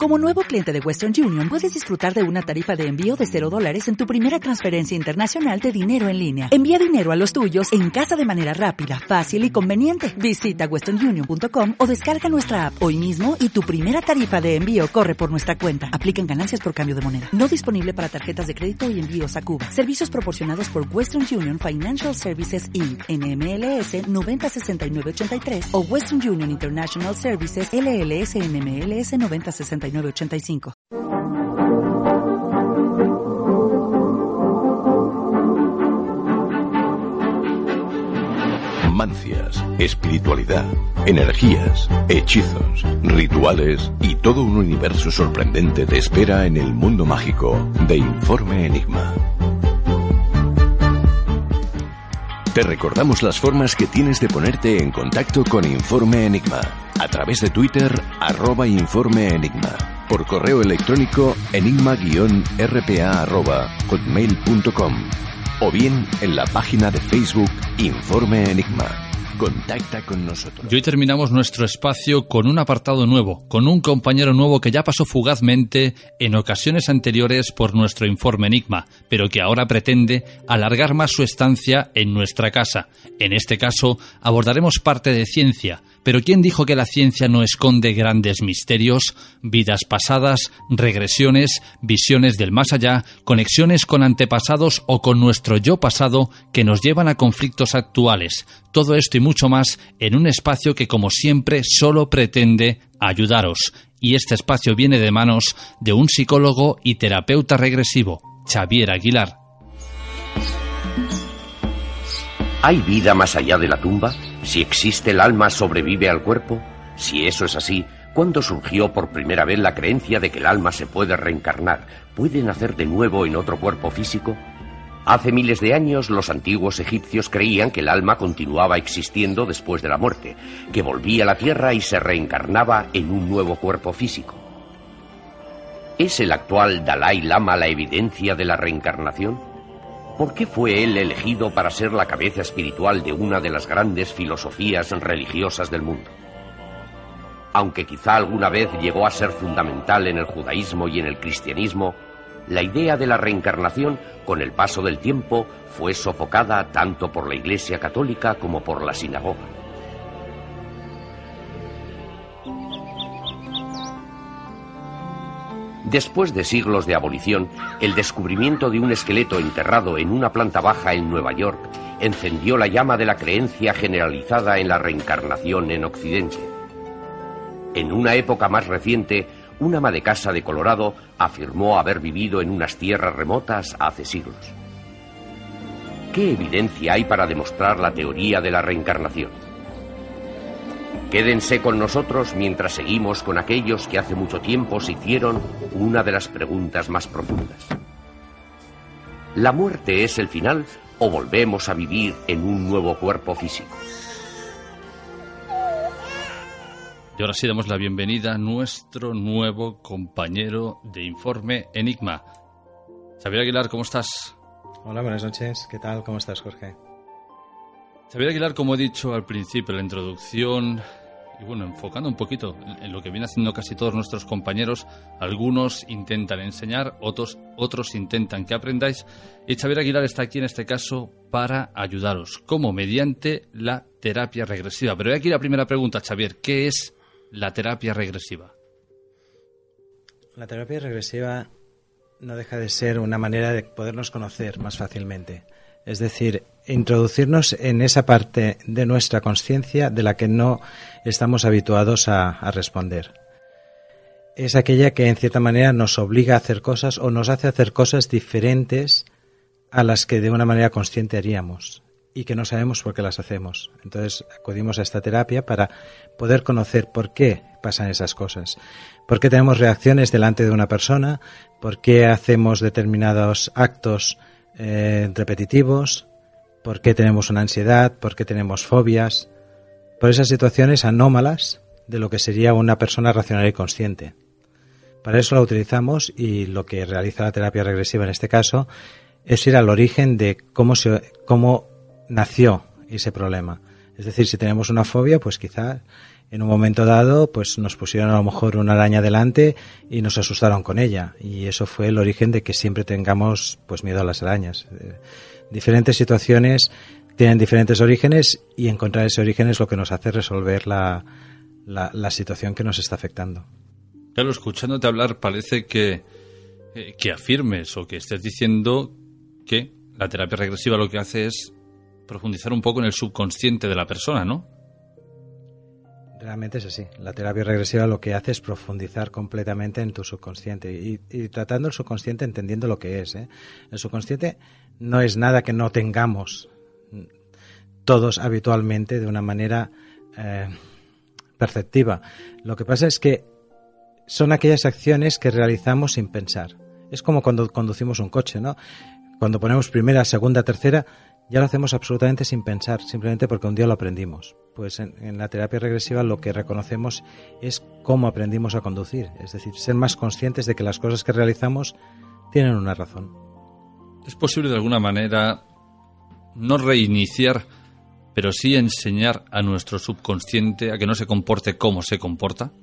Como nuevo cliente de Western Union, puedes disfrutar de una tarifa de envío de $0 en tu primera transferencia internacional de dinero en línea. Envía dinero a los tuyos en casa de manera rápida, fácil y conveniente. Visita westernunion.com o descarga nuestra app hoy mismo y tu primera tarifa de envío corre por nuestra cuenta. Aplican ganancias por cambio de moneda. No disponible para tarjetas de crédito y envíos a Cuba. Servicios proporcionados por Western Union Financial Services Inc. NMLS 906983 o Western Union International Services LLS NMLS 906985. Mancias, espiritualidad, energías, hechizos, rituales y todo un universo sorprendente te espera en el mundo mágico de Informe Enigma. Te recordamos las formas que tienes de ponerte en contacto con Informe Enigma. A través de Twitter, @InformeEnigma. Por correo electrónico, enigma-rpa@hotmail.com. O bien en la página de Facebook Informe Enigma. Contacta con nosotros. Y hoy terminamos nuestro espacio con un apartado nuevo, con un compañero nuevo que ya pasó fugazmente en ocasiones anteriores por nuestro Informe Enigma, pero que ahora pretende alargar más su estancia en nuestra casa. En este caso, abordaremos parte de ciencia. Pero ¿quién dijo que la ciencia no esconde grandes misterios, vidas pasadas, regresiones, visiones del más allá, conexiones con antepasados o con nuestro yo pasado que nos llevan a conflictos actuales? Todo esto y mucho más en un espacio que, como siempre, solo pretende ayudaros. Y este espacio viene de manos de un psicólogo y terapeuta regresivo, Xavier Aguilar. ¿Hay vida más allá de la tumba? Si existe el alma, ¿sobrevive al cuerpo? Si eso es así, ¿cuándo surgió por primera vez la creencia de que el alma se puede reencarnar, puede nacer de nuevo en otro cuerpo físico? Hace miles de años los antiguos egipcios creían que el alma continuaba existiendo después de la muerte, que volvía a la tierra y se reencarnaba en un nuevo cuerpo físico. ¿Es el actual Dalai Lama la evidencia de la reencarnación? ¿Por qué fue él elegido para ser la cabeza espiritual de una de las grandes filosofías religiosas del mundo? Aunque quizá alguna vez llegó a ser fundamental en el judaísmo y en el cristianismo, la idea de la reencarnación, con el paso del tiempo, fue sofocada tanto por la Iglesia católica como por la sinagoga. Después de siglos de abolición, el descubrimiento de un esqueleto enterrado en una planta baja en Nueva York encendió la llama de la creencia generalizada en la reencarnación en Occidente. En una época más reciente, un ama de casa de Colorado afirmó haber vivido en unas tierras remotas hace siglos. ¿Qué evidencia hay para demostrar la teoría de la reencarnación? Quédense con nosotros mientras seguimos con aquellos que hace mucho tiempo se hicieron una de las preguntas más profundas. ¿La muerte es el final o volvemos a vivir en un nuevo cuerpo físico? Y ahora sí damos la bienvenida a nuestro nuevo compañero de Informe Enigma. Xavier Aguilar, ¿cómo estás? Hola, buenas noches. ¿Qué tal? ¿Cómo estás, Jorge? Xavier Aguilar, como he dicho al principio, la introducción, y bueno, enfocando un poquito en lo que vienen haciendo casi todos nuestros compañeros, algunos intentan enseñar, otros intentan que aprendáis, y Xavier Aguilar está aquí en este caso para ayudaros, como mediante la terapia regresiva. Pero aquí la primera pregunta, Xavier, ¿qué es la terapia regresiva? La terapia regresiva no deja de ser una manera de podernos conocer más fácilmente. Es decir, introducirnos en esa parte de nuestra consciencia de la que no estamos habituados a responder. Es aquella que en cierta manera nos obliga a hacer cosas o nos hace hacer cosas diferentes a las que de una manera consciente haríamos y que no sabemos por qué las hacemos. Entonces acudimos a esta terapia para poder conocer por qué pasan esas cosas, por qué tenemos reacciones delante de una persona, por qué hacemos determinados actos repetitivos, por qué tenemos una ansiedad, por qué tenemos fobias, por esas situaciones anómalas de lo que sería una persona racional y consciente. Para eso la utilizamos y lo que realiza la terapia regresiva en este caso es ir al origen de cómo nació ese problema. Es decir, si tenemos una fobia, pues quizá En un momento dado, pues nos pusieron a lo mejor una araña delante y nos asustaron con ella. Y eso fue el origen de que siempre tengamos pues miedo a las arañas. Diferentes situaciones tienen diferentes orígenes y encontrar ese origen es lo que nos hace resolver la situación que nos está afectando. Claro, escuchándote hablar parece que afirmes o que estés diciendo que la terapia regresiva lo que hace es profundizar un poco en el subconsciente de la persona, ¿no? Realmente es así. La terapia regresiva lo que hace es profundizar completamente en tu subconsciente y tratando el subconsciente entendiendo lo que es, ¿eh? El subconsciente no es nada que no tengamos todos habitualmente de una manera perceptiva. Lo que pasa es que son aquellas acciones que realizamos sin pensar. Es como cuando conducimos un coche, ¿no? Cuando ponemos primera, segunda, tercera, ya lo hacemos absolutamente sin pensar, simplemente porque un día lo aprendimos. Pues en la terapia regresiva lo que reconocemos es cómo aprendimos a conducir, es decir, ser más conscientes de que las cosas que realizamos tienen una razón. ¿Es posible de alguna manera no reiniciar, pero sí enseñar a nuestro subconsciente a que no se comporte como se comporta?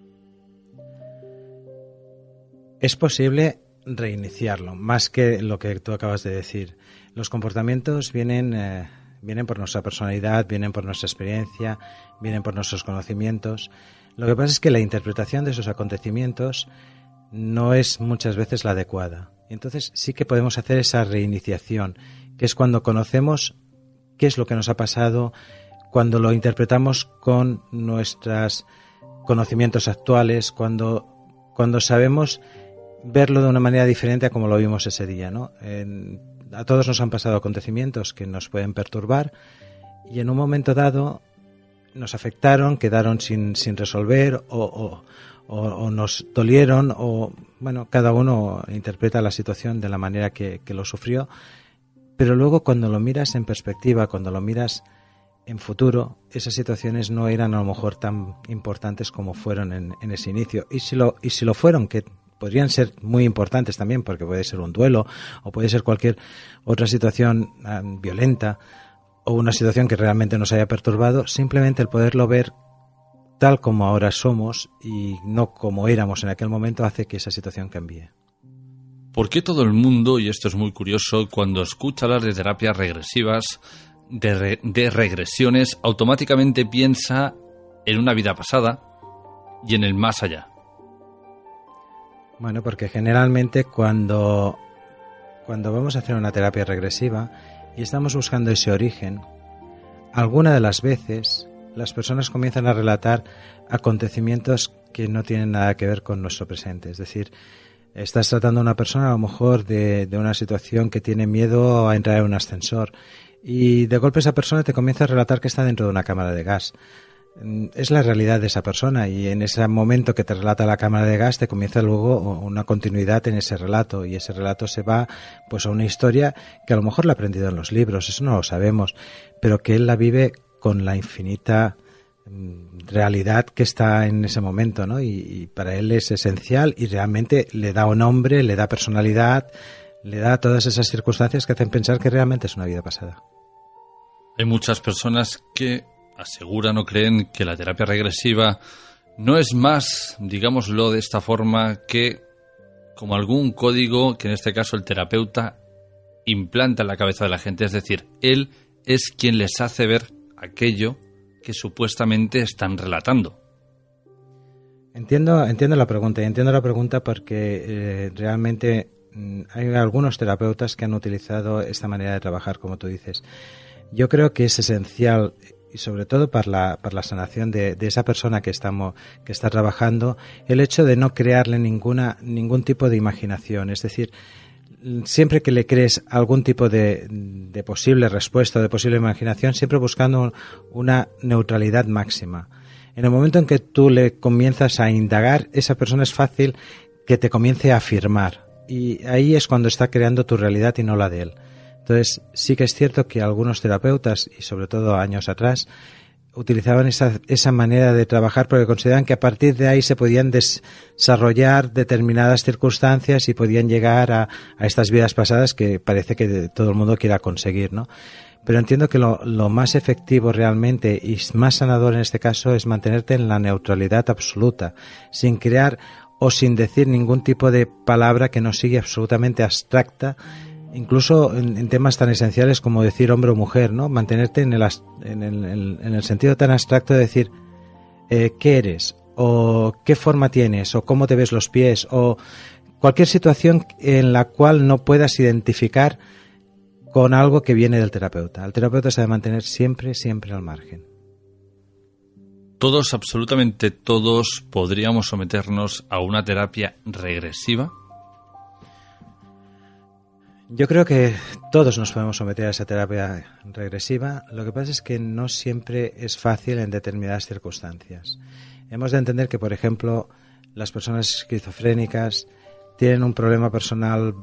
Es posible reiniciarlo, más que lo que tú acabas de decir. Los comportamientos vienen por nuestra personalidad, vienen por nuestra experiencia, vienen por nuestros conocimientos. Lo que pasa es que la interpretación de esos acontecimientos no es muchas veces la adecuada. Entonces sí que podemos hacer esa reiniciación, que es cuando conocemos qué es lo que nos ha pasado, cuando lo interpretamos con nuestros conocimientos actuales, cuando sabemos verlo de una manera diferente a como lo vimos ese día, ¿no? A todos nos han pasado acontecimientos que nos pueden perturbar y en un momento dado nos afectaron, quedaron sin resolver o nos dolieron o, bueno, cada uno interpreta la situación de la manera que lo sufrió, pero luego cuando lo miras en perspectiva, cuando lo miras en futuro, esas situaciones no eran a lo mejor tan importantes como fueron en ese inicio. Y si lo fueron, que podrían ser muy importantes también, porque puede ser un duelo o puede ser cualquier otra situación violenta o una situación que realmente nos haya perturbado, simplemente el poderlo ver tal como ahora somos y no como éramos en aquel momento hace que esa situación cambie. ¿Por qué todo el mundo, y esto es muy curioso, cuando escucha hablar de terapias regresivas, de regresiones, automáticamente piensa en una vida pasada y en el más allá? Bueno, porque generalmente cuando vamos a hacer una terapia regresiva y estamos buscando ese origen, alguna de las veces las personas comienzan a relatar acontecimientos que no tienen nada que ver con nuestro presente. Es decir, estás tratando a una persona a lo mejor de una situación que tiene miedo a entrar en un ascensor y de golpe esa persona te comienza a relatar que está dentro de una cámara de gas. Es la realidad de esa persona y en ese momento que te relata la cámara de gas te comienza luego una continuidad en ese relato y ese relato se va pues a una historia que a lo mejor la ha aprendido en los libros, eso no lo sabemos, pero que él la vive con la infinita realidad que está en ese momento, ¿no? Y para él es esencial y realmente le da un nombre, le da personalidad, le da todas esas circunstancias que hacen pensar que realmente es una vida pasada. Hay muchas personas que aseguran o creen que la terapia regresiva no es más, digámoslo de esta forma, que como algún código que en este caso el terapeuta implanta en la cabeza de la gente. Es decir, él es quien les hace ver aquello que supuestamente están relatando. Entiendo la pregunta y entiendo la pregunta porque realmente hay algunos terapeutas que han utilizado esta manera de trabajar, como tú dices. Yo creo que es esencial y sobre todo para la sanación de esa persona que está trabajando, el hecho de no crearle ningún tipo de imaginación. Es decir, siempre que le crees algún tipo de posible respuesta, de posible imaginación, siempre buscando una neutralidad máxima. En el momento en que tú le comienzas a indagar, esa persona es fácil que te comience a afirmar. Y ahí es cuando está creando tu realidad y no la de él. Entonces, sí que es cierto que algunos terapeutas, y sobre todo años atrás, utilizaban esa manera de trabajar porque consideraban que a partir de ahí se podían desarrollar determinadas circunstancias y podían llegar a estas vidas pasadas que parece que todo el mundo quiera conseguir, ¿no? pero entiendo que lo más efectivo realmente y más sanador en este caso es mantenerte en la neutralidad absoluta, sin crear o sin decir ningún tipo de palabra que no sigue absolutamente abstracta, incluso en temas tan esenciales como decir hombre o mujer, ¿no? Mantenerte en el sentido tan abstracto de decir qué eres, o qué forma tienes, o cómo te ves los pies, o cualquier situación en la cual no puedas identificar con algo que viene del terapeuta. El terapeuta se debe mantener siempre, siempre al margen. Todos, absolutamente todos, podríamos someternos a una terapia regresiva. Yo creo que todos nos podemos someter a esa terapia regresiva. Lo que pasa es que no siempre es fácil en determinadas circunstancias. Hemos de entender que, por ejemplo, las personas esquizofrénicas tienen un problema personal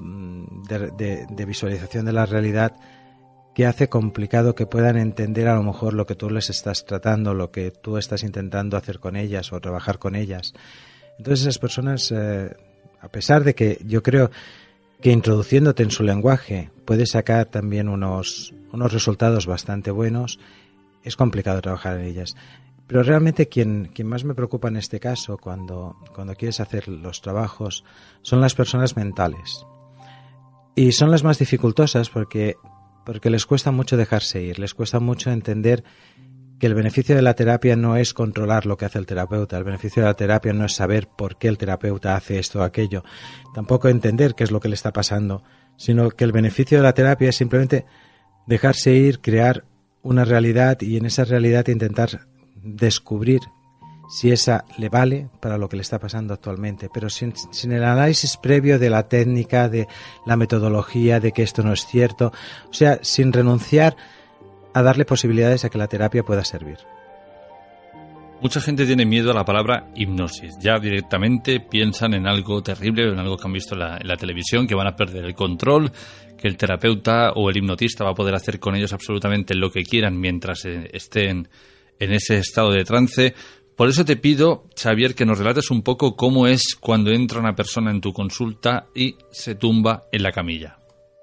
de visualización de la realidad que hace complicado que puedan entender a lo mejor lo que tú les estás tratando, lo que tú estás intentando hacer con ellas o trabajar con ellas. Entonces esas personas, a pesar de que yo creo que introduciéndote en su lenguaje puedes sacar también unos resultados bastante buenos, es complicado trabajar en ellas. Pero realmente quien más me preocupa en este caso, cuando quieres hacer los trabajos, son las personas mentales. Y son las más dificultosas porque les cuesta mucho dejarse ir, les cuesta mucho entender que el beneficio de la terapia no es controlar lo que hace el terapeuta, el beneficio de la terapia no es saber por qué el terapeuta hace esto o aquello, tampoco entender qué es lo que le está pasando, sino que el beneficio de la terapia es simplemente dejarse ir, crear una realidad y en esa realidad intentar descubrir si esa le vale para lo que le está pasando actualmente, pero sin el análisis previo de la técnica, de la metodología, de que esto no es cierto, o sea, sin renunciar a darle posibilidades a que la terapia pueda servir. Mucha gente tiene miedo a la palabra hipnosis. Ya directamente piensan en algo terrible, en algo que han visto en la televisión, que van a perder el control, que el terapeuta o el hipnotista va a poder hacer con ellos absolutamente lo que quieran mientras estén en ese estado de trance. Por eso te pido, Xavier, que nos relates un poco cómo es cuando entra una persona en tu consulta y se tumba en la camilla.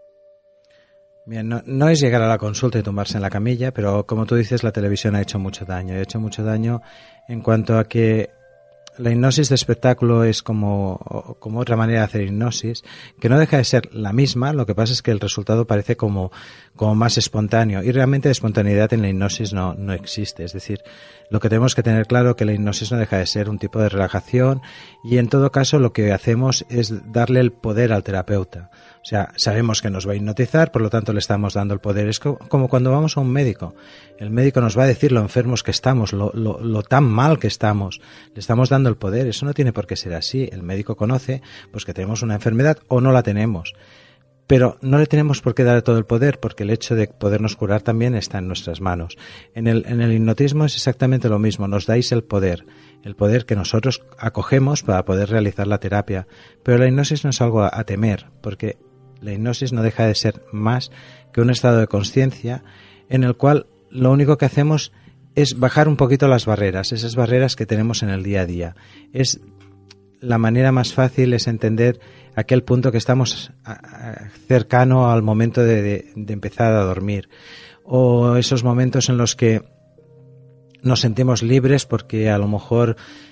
Bien, no es llegar a la consulta y tumbarse en la camilla, pero como tú dices, la televisión ha hecho mucho daño. Ha hecho mucho daño en cuanto a que la hipnosis de espectáculo es como otra manera de hacer hipnosis, que no deja de ser la misma, lo que pasa es que el resultado parece como más espontáneo, y realmente la espontaneidad en la hipnosis no existe. Es decir, lo que tenemos que tener claro es que la hipnosis no deja de ser un tipo de relajación, y en todo caso lo que hacemos es darle el poder al terapeuta. O sea, sabemos que nos va a hipnotizar, por lo tanto le estamos dando el poder. Es como cuando vamos a un médico. El médico nos va a decir lo enfermos que estamos, lo tan mal que estamos. Le estamos dando el poder. Eso no tiene por qué ser así. El médico conoce pues que tenemos una enfermedad o no la tenemos. Pero no le tenemos por qué dar todo el poder, porque el hecho de podernos curar también está en nuestras manos. En el hipnotismo es exactamente lo mismo. Nos dais el poder que nosotros acogemos para poder realizar la terapia. Pero la hipnosis no es algo a temer, porque la hipnosis no deja de ser más que un estado de conciencia en el cual lo único que hacemos es bajar un poquito las barreras, esas barreras que tenemos en el día a día. Es la manera más fácil es entender aquel punto que estamos cercano al momento de empezar a dormir, o esos momentos en los que nos sentimos libres porque a lo mejor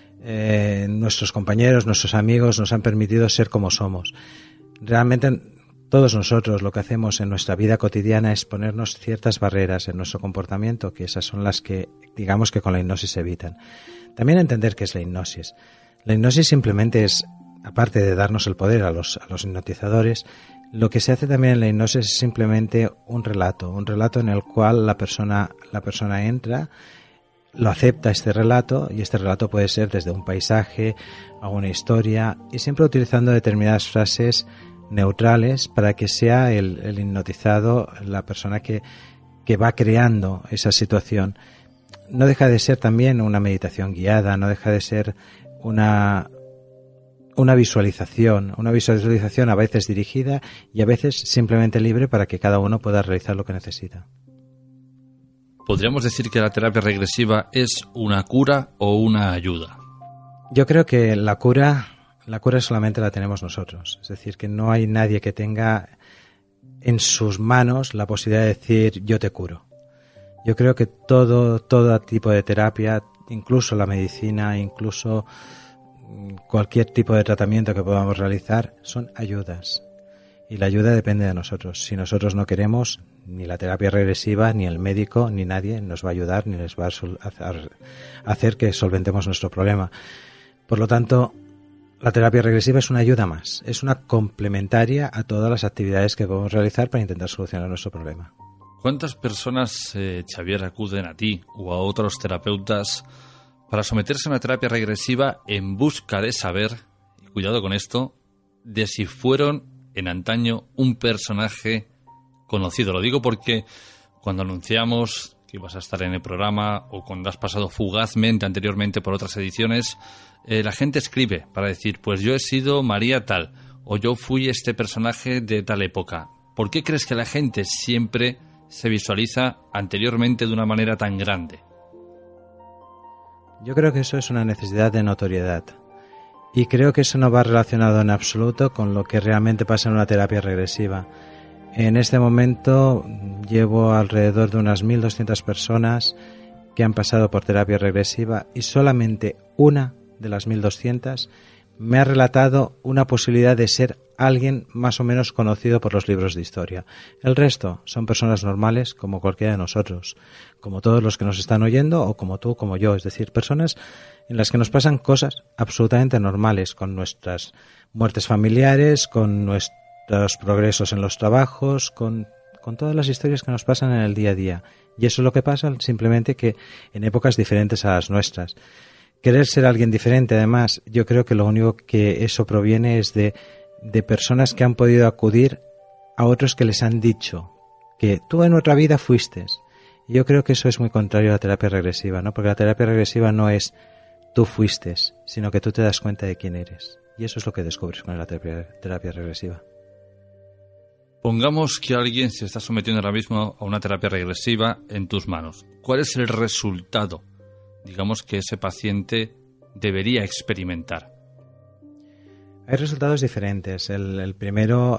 nuestros compañeros, nuestros amigos nos han permitido ser como somos. Realmente todos nosotros lo que hacemos en nuestra vida cotidiana es ponernos ciertas barreras en nuestro comportamiento, que esas son las que, digamos, que con la hipnosis se evitan. También entender qué es la hipnosis. La hipnosis simplemente es, aparte de darnos el poder a los hipnotizadores, lo que se hace también en la hipnosis es simplemente un relato en el cual la persona entra, lo acepta este relato, y este relato puede ser desde un paisaje a una historia, y siempre utilizando determinadas frases neutrales para que sea el hipnotizado la persona que va creando esa situación. No deja de ser también una meditación guiada, no deja de ser una visualización a veces dirigida y a veces simplemente libre para que cada uno pueda realizar lo que necesita. ¿Podríamos decir que la terapia regresiva es una cura o una ayuda? Yo creo que la cura solamente la tenemos nosotros. Es decir, que no hay nadie que tenga en sus manos la posibilidad de decir yo te curo. Yo creo que todo tipo de terapia, incluso la medicina, incluso cualquier tipo de tratamiento que podamos realizar, son ayudas. Y la ayuda depende de nosotros. Si nosotros no queremos, ni la terapia regresiva, ni el médico, ni nadie nos va a ayudar, ni les va a hacer que solventemos nuestro problema. Por lo tanto, la terapia regresiva es una ayuda más, es una complementaria a todas las actividades que podemos realizar para intentar solucionar nuestro problema. ¿Cuántas personas, Xavier, acuden a ti o a otros terapeutas para someterse a una terapia regresiva en busca de saber, y cuidado con esto, de si fueron en antaño un personaje conocido? Lo digo porque cuando anunciamos que ibas a estar en el programa o cuando has pasado fugazmente anteriormente por otras ediciones, la gente escribe para decir, pues yo he sido María tal o yo fui este personaje de tal época. ¿Por qué crees que la gente siempre se visualiza anteriormente de una manera tan grande? Yo creo que eso es una necesidad de notoriedad. Y creo que eso no va relacionado en absoluto con lo que realmente pasa en una terapia regresiva. En este momento llevo alrededor de unas 1.200 personas que han pasado por terapia regresiva y solamente una de las 1.200 me ha relatado una posibilidad de ser alguien más o menos conocido por los libros de historia. El resto son personas normales como cualquiera de nosotros, como todos los que nos están oyendo o como tú, como yo, es decir, personas en las que nos pasan cosas absolutamente normales, con nuestras muertes familiares, con nuestros progresos en los trabajos, con todas las historias que nos pasan en el día a día. Y eso es lo que pasa, simplemente que en épocas diferentes a las nuestras. Querer ser alguien diferente, además, yo creo que lo único que eso proviene es de personas que han podido acudir a otros que les han dicho que tú en otra vida fuiste. Y yo creo que eso es muy contrario a la terapia regresiva, ¿no? Porque la terapia regresiva no es tú fuiste, sino que tú te das cuenta de quién eres. Y eso es lo que descubres con la terapia regresiva. Pongamos que alguien se está sometiendo ahora mismo a una terapia regresiva en tus manos. ¿Cuál es el resultado, digamos, que ese paciente debería experimentar? Hay resultados diferentes. El primero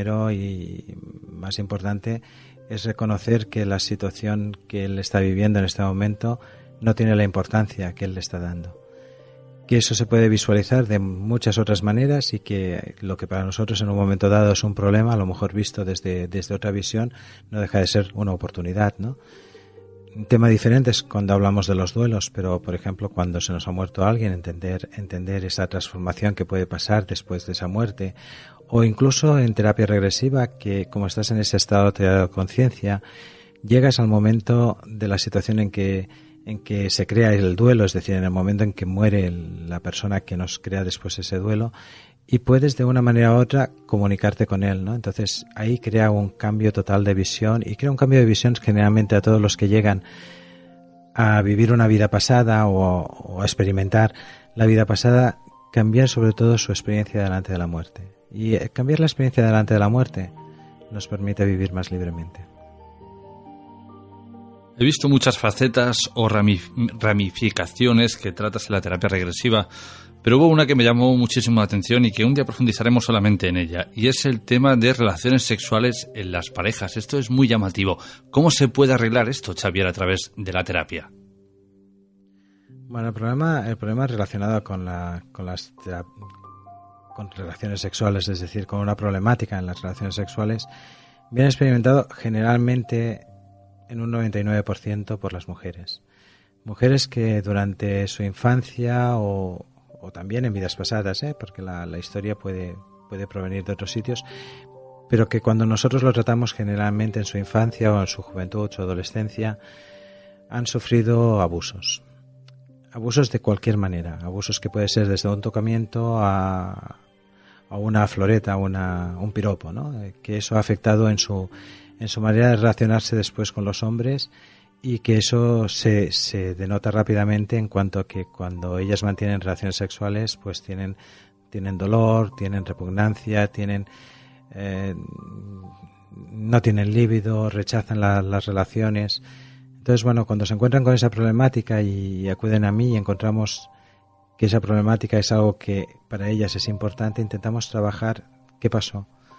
y más importante es reconocer que la situación que él está viviendo en este momento no tiene la importancia que él le está dando. Que eso se puede visualizar de muchas otras maneras y que lo que para nosotros en un momento dado es un problema, a lo mejor visto desde otra visión, no deja de ser una oportunidad, ¿no? Un tema diferente es cuando hablamos de los duelos, pero por ejemplo cuando se nos ha muerto alguien, entender esa transformación que puede pasar después de esa muerte, o incluso en terapia regresiva, que como estás en ese estado de conciencia, llegas al momento de la situación en que se crea el duelo, es decir, en el momento en que muere la persona que nos crea después ese duelo, y puedes de una manera u otra comunicarte con él, ¿no? Entonces ahí crea un cambio total de visión, y crea un cambio de visión generalmente a todos los que llegan a vivir una vida pasada o a experimentar la vida pasada, cambiar sobre todo su experiencia delante de la muerte. Y cambiar la experiencia delante de la muerte nos permite vivir más libremente. He visto muchas facetas o ramificaciones que tratas en la terapia regresiva, pero hubo una que me llamó muchísimo la atención y que un día profundizaremos solamente en ella, y es el tema de relaciones sexuales en las parejas. Esto es muy llamativo. ¿Cómo se puede arreglar esto, Xavier, a través de la terapia? Bueno, el problema relacionado con relaciones sexuales, es decir, con una problemática en las relaciones sexuales, viene experimentado generalmente en un 99% por las mujeres. Mujeres que durante su infancia o también en vidas pasadas, porque la historia puede provenir de otros sitios, pero que cuando nosotros lo tratamos generalmente en su infancia o en su juventud o adolescencia, han sufrido abusos. Abusos de cualquier manera, abusos que puede ser desde un tocamiento a una floreta, un piropo, ¿no? Que eso ha afectado en su manera de relacionarse después con los hombres, y que eso se denota rápidamente en cuanto a que cuando ellas mantienen relaciones sexuales pues tienen dolor, tienen repugnancia, no tienen líbido, rechazan las relaciones. Entonces, bueno, cuando se encuentran con esa problemática y acuden a mí y encontramos que esa problemática es algo que para ellas es importante, intentamos trabajar qué pasó.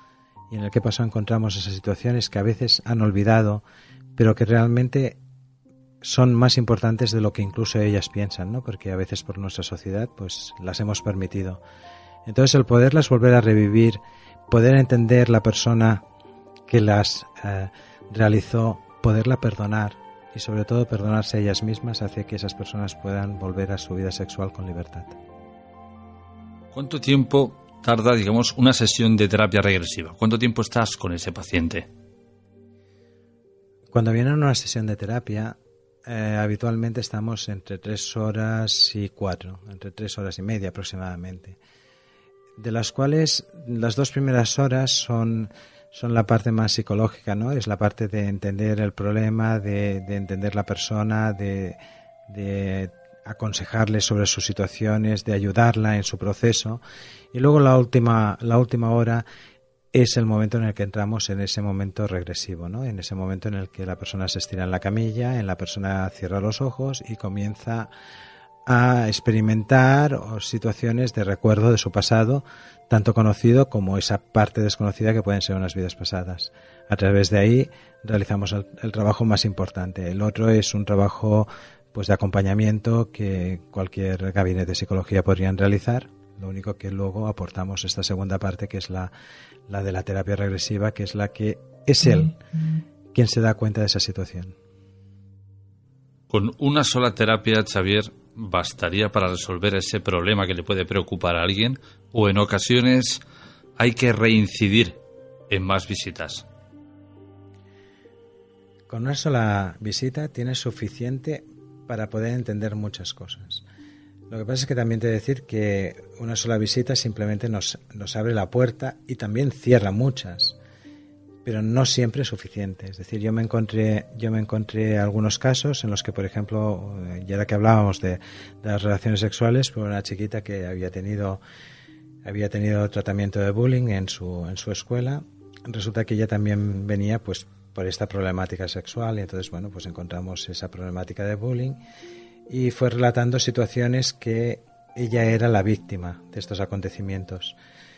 y en el qué pasó encontramos esas situaciones que a veces han olvidado, pero que realmente son más importantes de lo que incluso ellas piensan, ¿no? Porque a veces por nuestra sociedad pues las hemos permitido. Entonces el poderlas volver a revivir, poder entender la persona que las realizó, poderla perdonar y sobre todo perdonarse a ellas mismas hace que esas personas puedan volver a su vida sexual con libertad. ¿Cuánto tiempo tarda, digamos, una sesión de terapia regresiva? ¿Cuánto tiempo estás con ese paciente? Cuando vienen a una sesión de terapia, habitualmente estamos entre 3 horas y 4, entre 3 horas y media aproximadamente, de las cuales las 2 primeras horas son la parte más psicológica, ¿no? Es la parte de entender el problema, de entender la persona, de aconsejarle sobre sus situaciones, de ayudarla en su proceso. Y luego la última hora es el momento en el que entramos en ese momento regresivo, ¿no? En ese momento en el que la persona se estira en la camilla, la persona cierra los ojos y comienza a experimentar situaciones de recuerdo de su pasado, tanto conocido como esa parte desconocida que pueden ser unas vidas pasadas. A través de ahí realizamos el trabajo más importante. El otro es un trabajo pues de acompañamiento que cualquier gabinete de psicología podrían realizar. Lo único que luego aportamos esta segunda parte, que es la de la terapia regresiva, que es la que es él quien se da cuenta de esa situación. Con una sola terapia, Xavier, ¿bastaría para resolver ese problema que le puede preocupar a alguien? ¿O en ocasiones hay que reincidir en más visitas? Con una sola visita tienes suficiente para poder entender muchas cosas. Lo que pasa es que también te he de decir que una sola visita simplemente nos abre la puerta y también cierra muchas, pero no siempre es suficiente. Es decir, yo me encontré algunos casos en los que, por ejemplo, ya ahora que hablábamos de las relaciones sexuales, por una chiquita que había tenido tratamiento de bullying en su escuela, resulta que ella también venía pues por esta problemática sexual y entonces bueno, pues encontramos esa problemática de bullying y fue relatando situaciones que ella era la víctima de estos acontecimientos.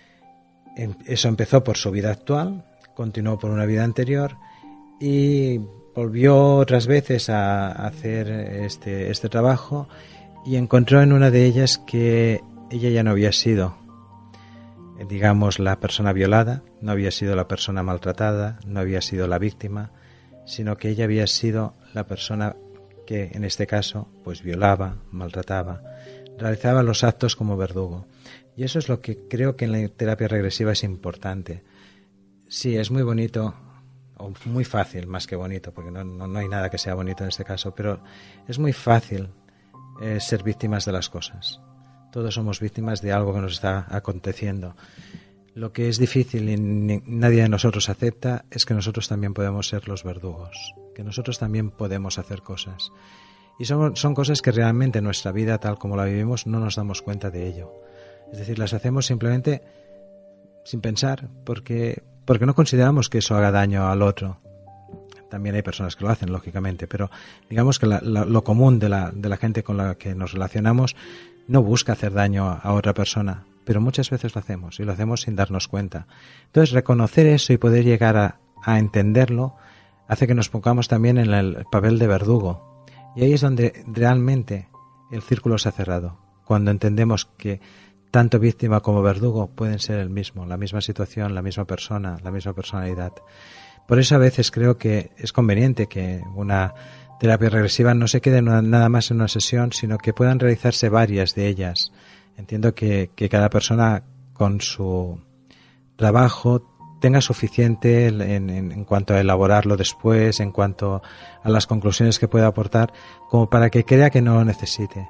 Eso empezó por su vida actual, continuó por una vida anterior y volvió otras veces a hacer este trabajo y encontró en una de ellas que ella ya no había sido, digamos, la persona violada, no había sido la persona maltratada, no había sido la víctima, sino que ella había sido la persona que en este caso pues violaba, maltrataba, realizaba los actos como verdugo. Y eso es lo que creo que en la terapia regresiva es importante. Sí, es muy bonito, o muy fácil, más que bonito, porque no hay nada que sea bonito en este caso, pero es muy fácil ser víctimas de las cosas. Todos somos víctimas de algo que nos está aconteciendo. Lo que es difícil y nadie de nosotros acepta es que nosotros también podemos ser los verdugos, que nosotros también podemos hacer cosas. Y son cosas que realmente en nuestra vida, tal como la vivimos, no nos damos cuenta de ello. Es decir, las hacemos simplemente sin pensar, porque no consideramos que eso haga daño al otro. También hay personas que lo hacen, lógicamente, pero digamos que lo común de la gente con la que nos relacionamos no busca hacer daño a otra persona, pero muchas veces lo hacemos y lo hacemos sin darnos cuenta. Entonces, reconocer eso y poder llegar a entenderlo hace que nos pongamos también en el papel de verdugo. Y ahí es donde realmente el círculo se ha cerrado, cuando entendemos que tanto víctima como verdugo pueden ser el mismo, la misma situación, la misma persona, la misma personalidad. Por eso a veces creo que es conveniente que una terapia regresiva no se quede nada más en una sesión, sino que puedan realizarse varias de ellas. Entiendo que cada persona con su trabajo tenga suficiente en cuanto a elaborarlo después, en cuanto a las conclusiones que pueda aportar, como para que crea que no lo necesite.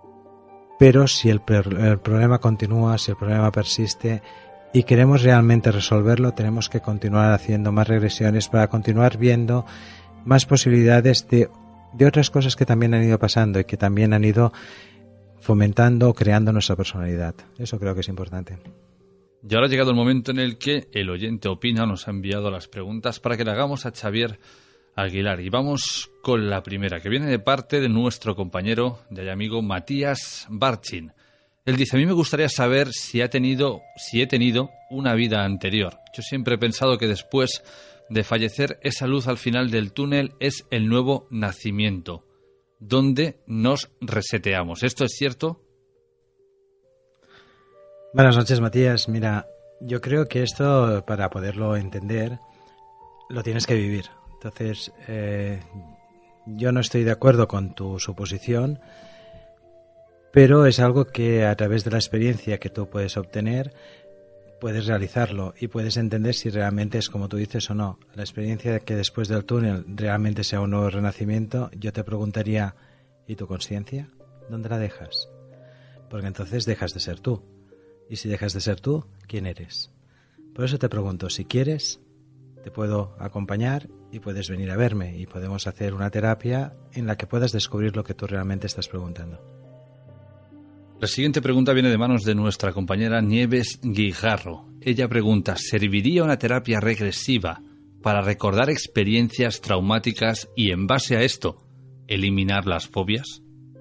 Pero si el problema continúa, si el problema persiste y queremos realmente resolverlo, tenemos que continuar haciendo más regresiones para continuar viendo más posibilidades de otras cosas que también han ido pasando y que también han ido fomentando o creando nuestra personalidad. Eso creo que es importante. Y ahora ha llegado el momento en el que el oyente opina, nos ha enviado las preguntas para que le hagamos a Xavier Aguilar. Y vamos con la primera, que viene de parte de nuestro compañero y amigo Matías Barchin. Él dice, a mí me gustaría saber si he tenido una vida anterior. Yo siempre he pensado que después de fallecer, esa luz al final del túnel es el nuevo nacimiento, donde nos reseteamos. ¿Esto es cierto? Buenas noches, Matías. Mira, yo creo que esto, para poderlo entender, lo tienes que vivir. Entonces, yo no estoy de acuerdo con tu suposición, pero es algo que a través de la experiencia que tú puedes obtener, puedes realizarlo y puedes entender si realmente es como tú dices o no. La experiencia de que después del túnel realmente sea un nuevo renacimiento, yo te preguntaría, ¿y tu conciencia? ¿Dónde la dejas? Porque entonces dejas de ser tú. Y si dejas de ser tú, ¿quién eres? Por eso te pregunto, si quieres, te puedo acompañar y puedes venir a verme y podemos hacer una terapia en la que puedas descubrir lo que tú realmente estás preguntando. La siguiente pregunta viene de manos de nuestra compañera Nieves Guijarro. Ella pregunta, ¿serviría una terapia regresiva para recordar experiencias traumáticas y en base a esto, eliminar las fobias?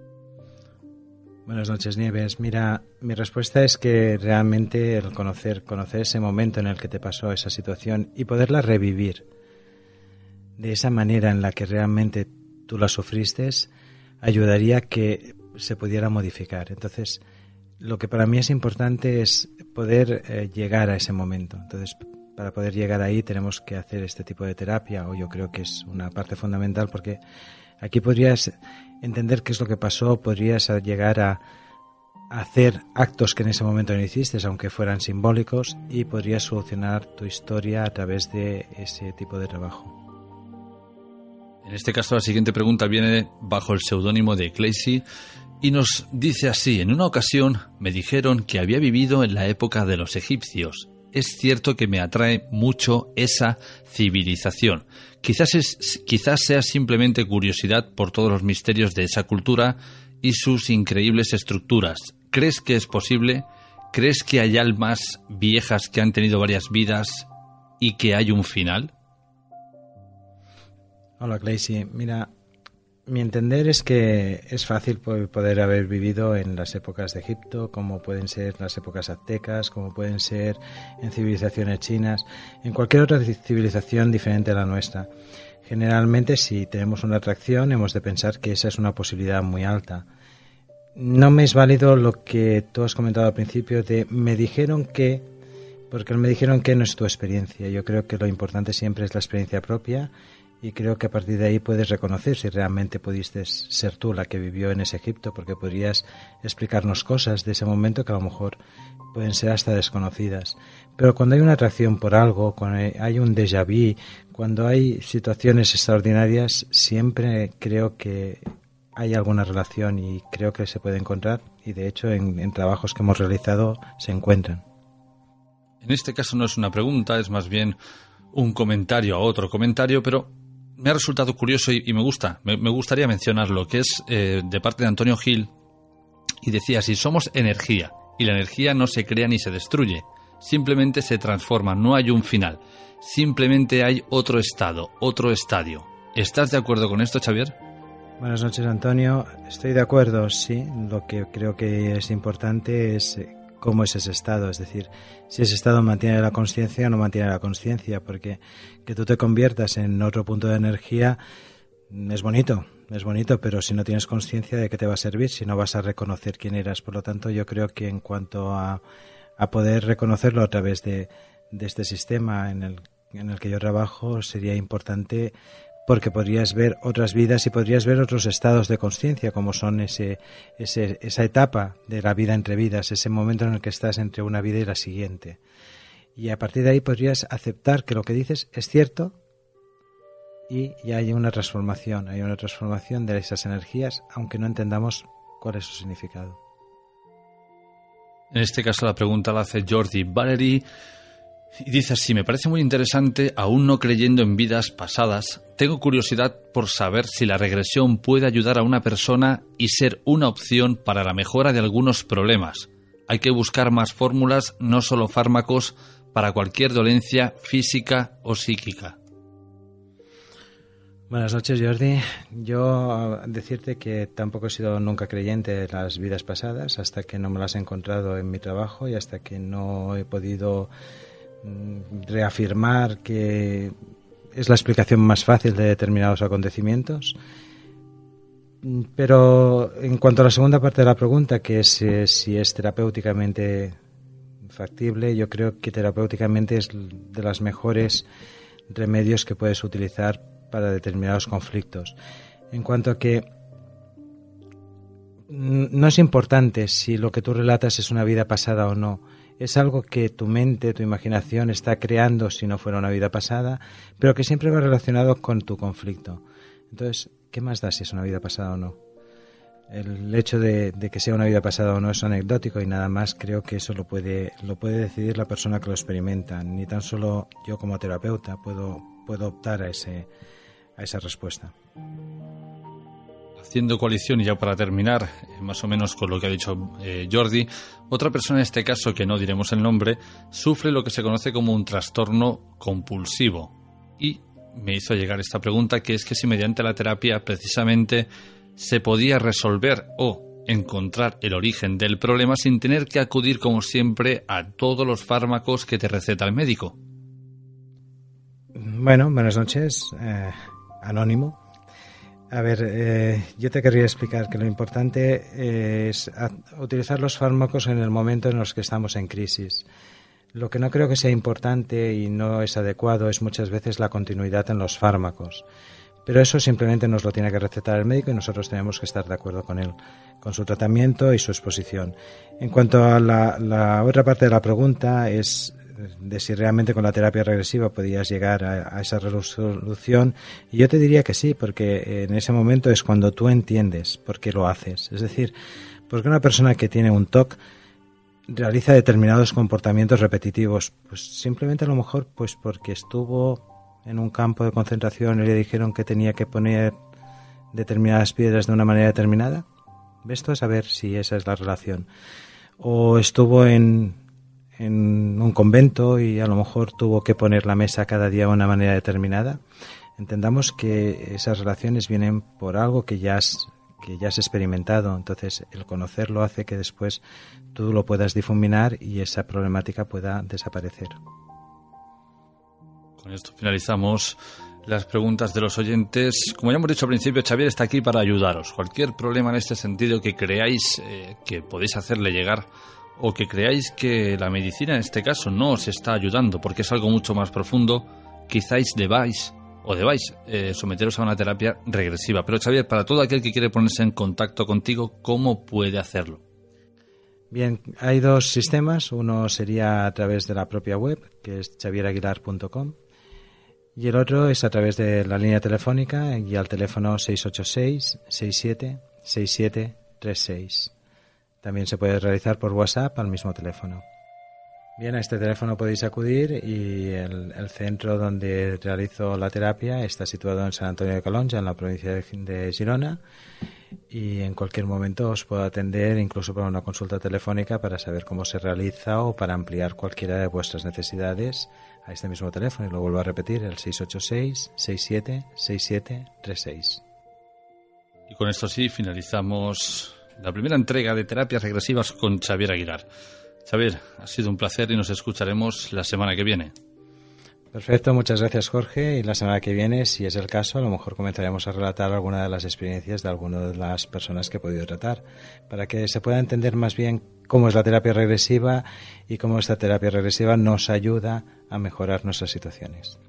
Buenas noches, Nieves. Mira, mi respuesta es que realmente el conocer ese momento en el que te pasó esa situación y poderla revivir de esa manera en la que realmente tú la sufriste, ayudaría a que se pudiera modificar. Entonces, lo que para mí es importante es poder llegar a ese momento. Entonces, para poder llegar ahí tenemos que hacer este tipo de terapia, o yo creo que es una parte fundamental, porque aquí podrías entender qué es lo que pasó, podrías llegar a hacer actos que en ese momento no hiciste, aunque fueran simbólicos, y podrías solucionar tu historia a través de ese tipo de trabajo. En este caso, la siguiente pregunta viene bajo el seudónimo de Claycy y nos dice así: en una ocasión me dijeron que había vivido en la época de los egipcios. Es cierto que me atrae mucho esa civilización. Quizás sea simplemente curiosidad por todos los misterios de esa cultura y sus increíbles estructuras. ¿Crees que es posible? ¿Crees que hay almas viejas que han tenido varias vidas y que hay un final? Hola, Claycy. Mira, mi entender es que es fácil poder haber vivido en las épocas de Egipto, como pueden ser las épocas aztecas, como pueden ser en civilizaciones chinas, en cualquier otra civilización diferente a la nuestra. Generalmente, si tenemos una atracción, hemos de pensar que esa es una posibilidad muy alta. No me es válido lo que tú has comentado al principio de me dijeron que, porque me dijeron que no es tu experiencia. Yo creo que lo importante siempre es la experiencia propia. Y creo que a partir de ahí puedes reconocer si realmente pudiste ser tú la que vivió en ese Egipto, porque podrías explicarnos cosas de ese momento que a lo mejor pueden ser hasta desconocidas. Pero cuando hay una atracción por algo, cuando hay un déjà vu, cuando hay situaciones extraordinarias, siempre creo que hay alguna relación y creo que se puede encontrar, y de hecho en trabajos que hemos realizado se encuentran. En este caso no es una pregunta, es más bien un comentario a otro comentario, pero me ha resultado curioso y me gustaría mencionarlo, que es de parte de Antonio Gil, y decía, si somos energía, y la energía no se crea ni se destruye, simplemente se transforma, no hay un final, simplemente hay otro estado, otro estadio. ¿Estás de acuerdo con esto, Xavier? Buenas noches, Antonio. Estoy de acuerdo, sí. Lo que creo que es importante es cómo es ese estado, es decir, si ese estado mantiene la consciencia o no mantiene la consciencia, porque que tú te conviertas en otro punto de energía es bonito, pero si no tienes consciencia, ¿de qué te va a servir si no vas a reconocer quién eras? Por lo tanto, yo creo que en cuanto a poder reconocerlo a través de este sistema en el que yo trabajo, sería importante, porque podrías ver otras vidas y podrías ver otros estados de consciencia, como son esa etapa de la vida entre vidas, ese momento en el que estás entre una vida y la siguiente. Y a partir de ahí podrías aceptar que lo que dices es cierto y hay una transformación de esas energías, aunque no entendamos cuál es su significado. En este caso la pregunta la hace Jordi Valery. Y dice así: me parece muy interesante, aún no creyendo en vidas pasadas, tengo curiosidad por saber si la regresión puede ayudar a una persona y ser una opción para la mejora de algunos problemas. Hay que buscar más fórmulas, no solo fármacos, para cualquier dolencia física o psíquica. Buenas noches, Jordi. Yo decirte que tampoco he sido nunca creyente de las vidas pasadas hasta que no me las he encontrado en mi trabajo y hasta que no he podido reafirmar que es la explicación más fácil de determinados acontecimientos. Pero en cuanto a la segunda parte de la pregunta, que es si es terapéuticamente factible, yo creo que terapéuticamente es de los mejores remedios que puedes utilizar para determinados conflictos. En cuanto a que no es importante si lo que tú relatas es una vida pasada o no, es algo que tu mente, tu imaginación está creando si no fuera una vida pasada, pero que siempre va relacionado con tu conflicto. Entonces, ¿qué más da si es una vida pasada o no? El hecho de que sea una vida pasada o no es anecdótico y nada más. Creo que eso lo puede decidir la persona que lo experimenta. Ni tan solo yo como terapeuta puedo optar a esa respuesta. Haciendo coalición, y ya para terminar, más o menos con lo que ha dicho Jordi, otra persona, en este caso que no diremos el nombre, sufre lo que se conoce como un trastorno compulsivo. Y me hizo llegar esta pregunta, que es que si mediante la terapia precisamente se podía resolver o encontrar el origen del problema sin tener que acudir, como siempre, a todos los fármacos que te receta el médico. Bueno, buenas noches, anónimo. A ver, yo te querría explicar que lo importante es utilizar los fármacos en el momento en los que estamos en crisis. Lo que no creo que sea importante y no es adecuado es muchas veces la continuidad en los fármacos. Pero eso simplemente nos lo tiene que recetar el médico y nosotros tenemos que estar de acuerdo con él, con su tratamiento y su exposición. En cuanto a la otra parte de la pregunta, es de si realmente con la terapia regresiva podías llegar a esa resolución. Y yo te diría que sí, porque en ese momento es cuando tú entiendes por qué lo haces. Es decir, porque una persona que tiene un TOC realiza determinados comportamientos repetitivos, pues simplemente a lo mejor pues porque estuvo en un campo de concentración y le dijeron que tenía que poner determinadas piedras de una manera determinada. ¿Ves tú? A saber si esa es la relación. O estuvo en un convento y a lo mejor tuvo que poner la mesa cada día de una manera determinada. Entendamos que esas relaciones vienen por algo que ya has experimentado. Entonces, el conocerlo hace que después tú lo puedas difuminar y esa problemática pueda desaparecer. Con esto finalizamos las preguntas de los oyentes. Como ya hemos dicho al principio, Xavier está aquí para ayudaros. Cualquier problema en este sentido que creáis que podéis hacerle llegar, o que creáis que la medicina en este caso no os está ayudando porque es algo mucho más profundo, quizás debáis someteros a una terapia regresiva. Pero Xavier, para todo aquel que quiere ponerse en contacto contigo, ¿cómo puede hacerlo? Bien, hay dos sistemas. Uno sería a través de la propia web, que es xavieraguilar.com, y el otro es a través de la línea telefónica y al teléfono 686 67 67 36. También se puede realizar por WhatsApp al mismo teléfono. Bien, a este teléfono podéis acudir y el centro donde realizo la terapia está situado en San Antonio de Calonja, en la provincia de Girona, y en cualquier momento os puedo atender incluso para una consulta telefónica para saber cómo se realiza o para ampliar cualquiera de vuestras necesidades a este mismo teléfono. Y lo vuelvo a repetir, el 686 67 67 36. Y con esto sí finalizamos la primera entrega de Terapias Regresivas con Xavier Aguilar. Xavier, ha sido un placer y nos escucharemos la semana que viene. Perfecto, muchas gracias, Jorge. Y la semana que viene, si es el caso, a lo mejor comenzaremos a relatar alguna de las experiencias de alguna de las personas que he podido tratar, para que se pueda entender más bien cómo es la terapia regresiva y cómo esta terapia regresiva nos ayuda a mejorar nuestras situaciones.